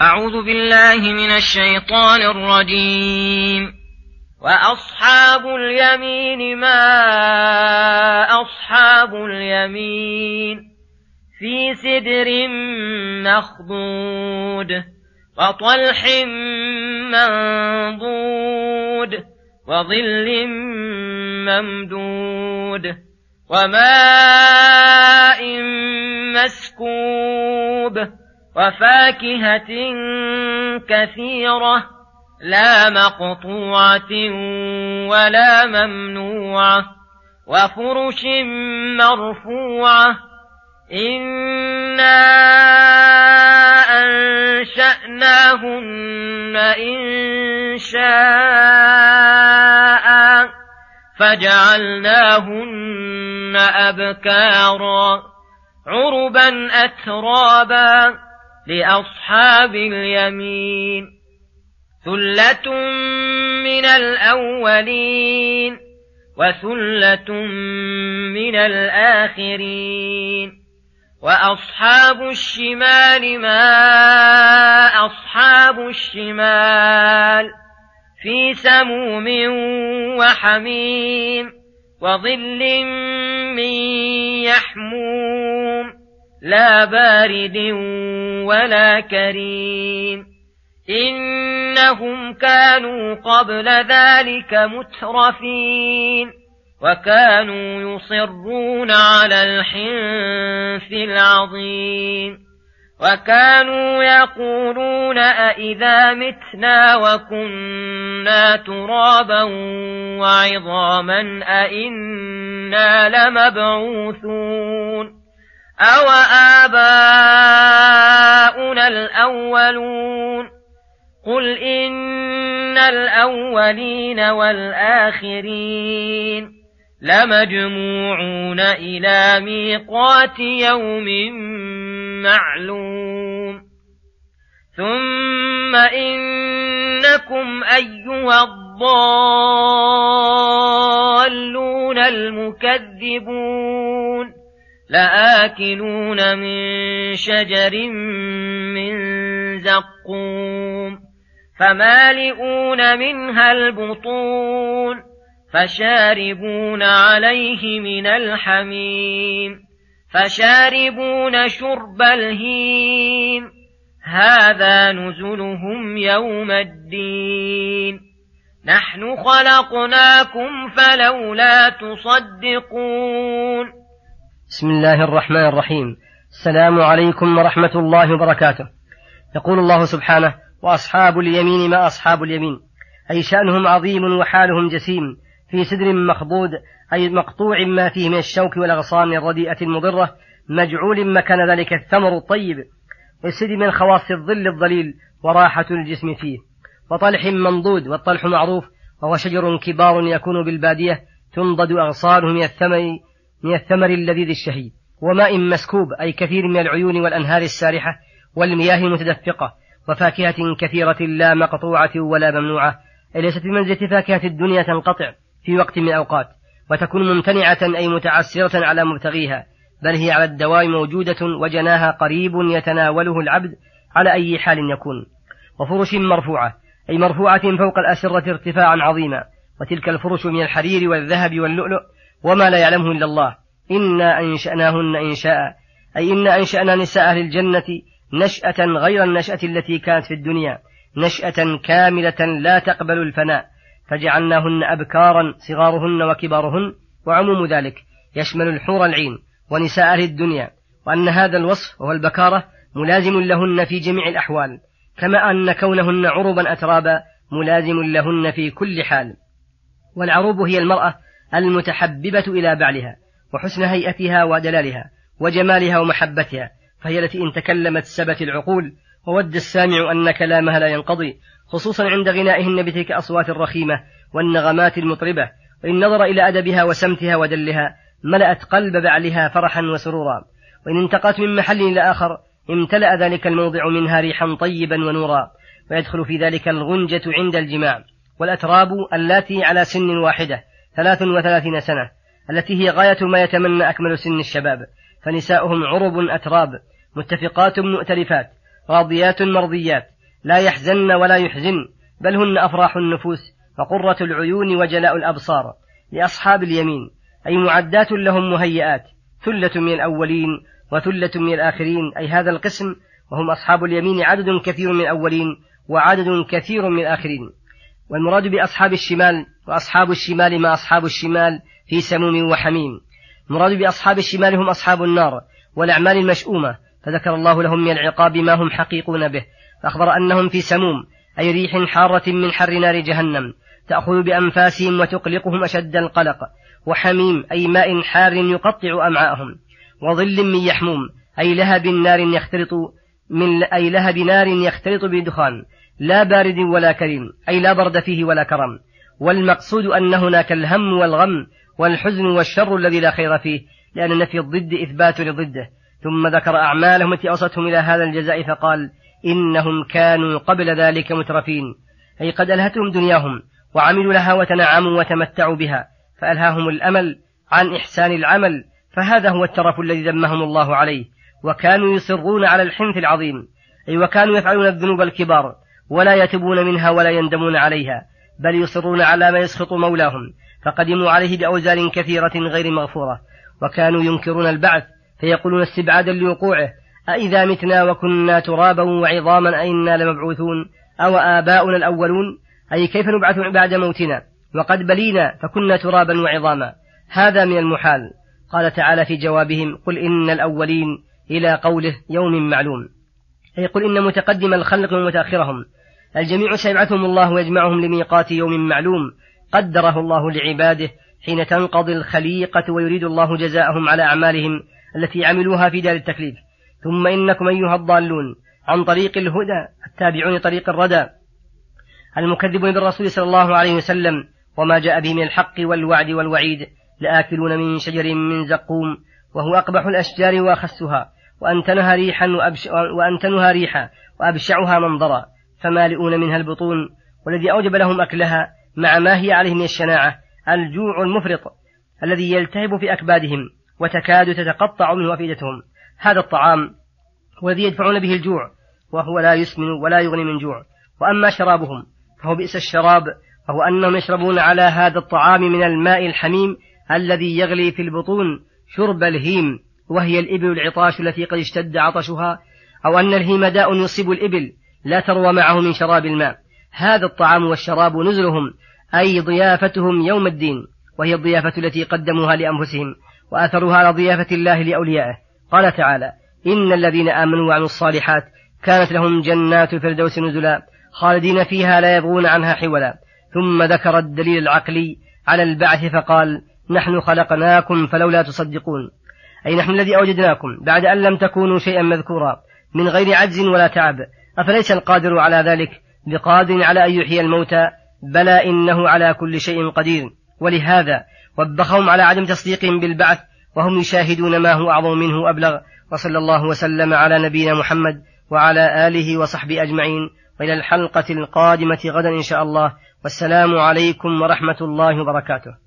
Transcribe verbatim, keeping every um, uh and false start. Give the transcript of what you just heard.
أعوذ بالله من الشيطان الرجيم. وأصحاب اليمين ما أصحاب اليمين في سدر مخضود وطلح منضود وظل ممدود وماء مسكوب وفاكهة كثيرة لا مقطوعة ولا ممنوعة وفرش مرفوعة إنا أنشأناهن إنشاء فجعلناهن أبكارا عربا أترابا لأصحاب اليمين ثلة من الأولين وثلة من الآخرين. وأصحاب الشمال ما أصحاب الشمال في سموم وحميم وظل من يحموم لا بارد ولا كريم إنهم كانوا قبل ذلك مترفين وكانوا يصرون على الحنث العظيم وكانوا يقولون أئذا متنا وكنا ترابا وعظاما أئنا لمبعوثون أو آباؤنا الأولون قل إن الأولين والآخرين لمجموعون إلى ميقات يوم معلوم ثم إنكم أيها الضالون المكذبون لآكلون من شجر من زقوم فمالئون منها البطون فشاربون عليه من الحميم فشاربون شرب الهيم هذا نزلهم يوم الدين نحن خلقناكم فلولا تصدقون. بسم الله الرحمن الرحيم. السلام عليكم ورحمة الله وبركاته. يقول الله سبحانه: وأصحاب اليمين ما أصحاب اليمين، أي شأنهم عظيم وحالهم جسيم في سدر مخضود، أي مقطوع ما فيه من الشوك والأغصان الرديئة المضرة، مجعول مكان ذلك الثمر الطيب، والسدر من خواص الظل الظليل وراحة الجسم فيه. وطلح منضود، والطلح معروف وهو شجر كبار يكون بالبادية تنضد أغصانه من الثمر, من الثمر اللذيذ الشهي. وماء مسكوب، أي كثير من العيون والأنهار السارحة والمياه المتدفقة. وفاكهة كثيرة لا مقطوعة ولا ممنوعة، أي ليست بمنزلة فاكهة الدنيا تنقطع في وقت من الأوقات وتكون ممتنعة أي متعسرة على مبتغيها، بل هي على الدوام موجودة وجناها قريب يتناوله العبد على أي حال يكون. وفرش مرفوعة، أي مرفوعة فوق الأسرة ارتفاعا عظيما، وتلك الفرش من الحرير والذهب واللؤلؤ وما لا يعلمه إلا الله. إنا أنشأناهن إنشاء، أي إنا أنشأنا نساء أهل الجنة نشأة غير النشأة التي كانت في الدنيا، نشأة كاملة لا تقبل الفناء، فجعلناهن أبكارا صغارهن وكبارهن. وعموم ذلك يشمل الحور العين ونساء أهل الدنيا، وأن هذا الوصف وهو البكارة ملازم لهن في جميع الأحوال، كما أن كونهن عربا أترابا ملازم لهن في كل حال. والعروب هي المرأة المتحببة إلى بعلها، وحسن هيئتها ودلالها وجمالها ومحبتها، فهي التي إن تكلمت سبت العقول، وود السامع أن كلامها لا ينقضي، خصوصا عند غنائهن بتلك أصوات الرخيمة والنغمات المطربة. وإن نظر إلى أدبها وسمتها ودلها ملأت قلب بعلها فرحا وسرورا، وإن انتقلت من محل إلى آخر امتلأ ذلك الموضع منها ريحا طيبا ونورا. ويدخل في ذلك الغنجة عند الجماع، والأتراب اللاتي على سن واحدة ثلاث وثلاثين سنة، التي هي غاية ما يتمنى أكمل سن الشباب، فنساؤهم عرب أتراب متفقات مؤتلفات راضيات مرضيات، لا يحزن ولا يحزن، بل هن أفراح النفوس وقرة العيون وجلاء الأبصار. لأصحاب اليمين أي معدات لهم مهيئات، ثلة من الأولين وثلة من الآخرين، أي هذا القسم وهم أصحاب اليمين عدد كثير من الأولين وعدد كثير من الآخرين. والمراد بأصحاب الشمال وأصحاب الشمال ما أصحاب الشمال في سموم وحميم. المراد بأصحاب الشمال هم أصحاب النار والأعمال المشؤومة، فذكر الله لهم من العقاب ما هم حقيقون به، فأخبر أنهم في سموم أي ريح حارة من حر نار جهنم تأخذ بأنفاسهم وتقلقهم أشد القلق، وحميم أي ماء حار يقطع أمعاءهم، وظل من يحموم أي لهب نار يختلط من أي لهب نار يختلط بدخان لا بارد ولا كريم، أي لا برد فيه ولا كرم. والمقصود أن هناك الهم والغم والحزن والشر الذي لا خير فيه، لأن نفي الضد إثبات لضده. ثم ذكر أعمالهم التي أوصتهم إلى هذا الجزاء فقال إنهم كانوا قبل ذلك مترفين، أي قد ألهتهم دنياهم وعملوا لها وتنعموا وتمتعوا بها، فألهاهم الأمل عن إحسان العمل، فهذا هو الترف الذي ذمهم الله عليه. وكانوا يصرون على الحنث العظيم، أي وكانوا يفعلون الذنوب الكبار ولا يتوبون منها ولا يندمون عليها، بل يصرون على ما يسخط مولاهم، فقدموا عليه بأوزار كثيرة غير مغفورة. وكانوا ينكرون البعث فيقولون استبعادا لوقوعه، أئذا متنا وكنا ترابا وعظاما أئنا لمبعوثون أو آباؤنا الأولون، أي كيف نبعث بعد موتنا وقد بلينا فكنا ترابا وعظاما، هذا من المحال. قال تعالى في جوابهم قل إن الأولين إلى قوله يوم معلوم، أي قل إن متقدم الخلق ومتأخرهم الجميع سيبعثهم الله ويجمعهم لميقات يوم معلوم قدره الله لعباده حين تنقضي الخليقة، ويريد الله جزاءهم على أعمالهم التي عملوها في دار التكليف. ثم إنكم أيها الضالون عن طريق الهدى التابعون طريق الردى المكذبون بالرسول صلى الله عليه وسلم وما جاء به من الحق والوعد والوعيد لآكلون من شجر من زقوم، وهو أقبح الأشجار وأخسها وأنتنها ريحا, وأبش وأنتنها ريحا وأبشعها منظرا، فمالئون منها البطون. والذي أوجب لهم أكلها مع ما هي عليه من الشناعة الجوع المفرط الذي يلتهب في أكبادهم وتكاد تتقطع منه أفئدتهم، هذا الطعام والذي يدفعون به الجوع، وهو لا يسمن ولا يغني من جوع. وأما شرابهم فهو بئس الشراب، وهو أنهم يشربون على هذا الطعام من الماء الحميم الذي يغلي في البطون شرب الهيم، وهي الإبل العطاش التي قد اشتد عطشها، أو أن الهيم داء يصيب الإبل لا تروى معه من شراب الماء. هذا الطعام والشراب نزلهم، أي ضيافتهم يوم الدين، وهي الضيافة التي قدموها لأنفسهم وأثروها على ضيافة الله لأوليائه. قال تعالى إن الذين آمنوا وعملوا الصالحات كانت لهم جنات الفردوس نزلا خالدين فيها لا يبغون عنها حولا. ثم ذكر الدليل العقلي على البعث فقال نحن خلقناكم فلولا تصدقون، أي نحن الذي أوجدناكم بعد أن لم تكونوا شيئا مذكورا من غير عجز ولا تعب، أفليس القادر على ذلك بقادر على أن يحيي الموتى؟ بلى إنه على كل شيء قدير. ولهذا وبخهم على عدم تصديقهم بالبعث وهم يشاهدون ما هو أعظم منه وأبلغ. وصلى الله وسلم على نبينا محمد وعلى آله وصحبه أجمعين، وإلى الحلقة القادمة غدا إن شاء الله، والسلام عليكم ورحمة الله وبركاته.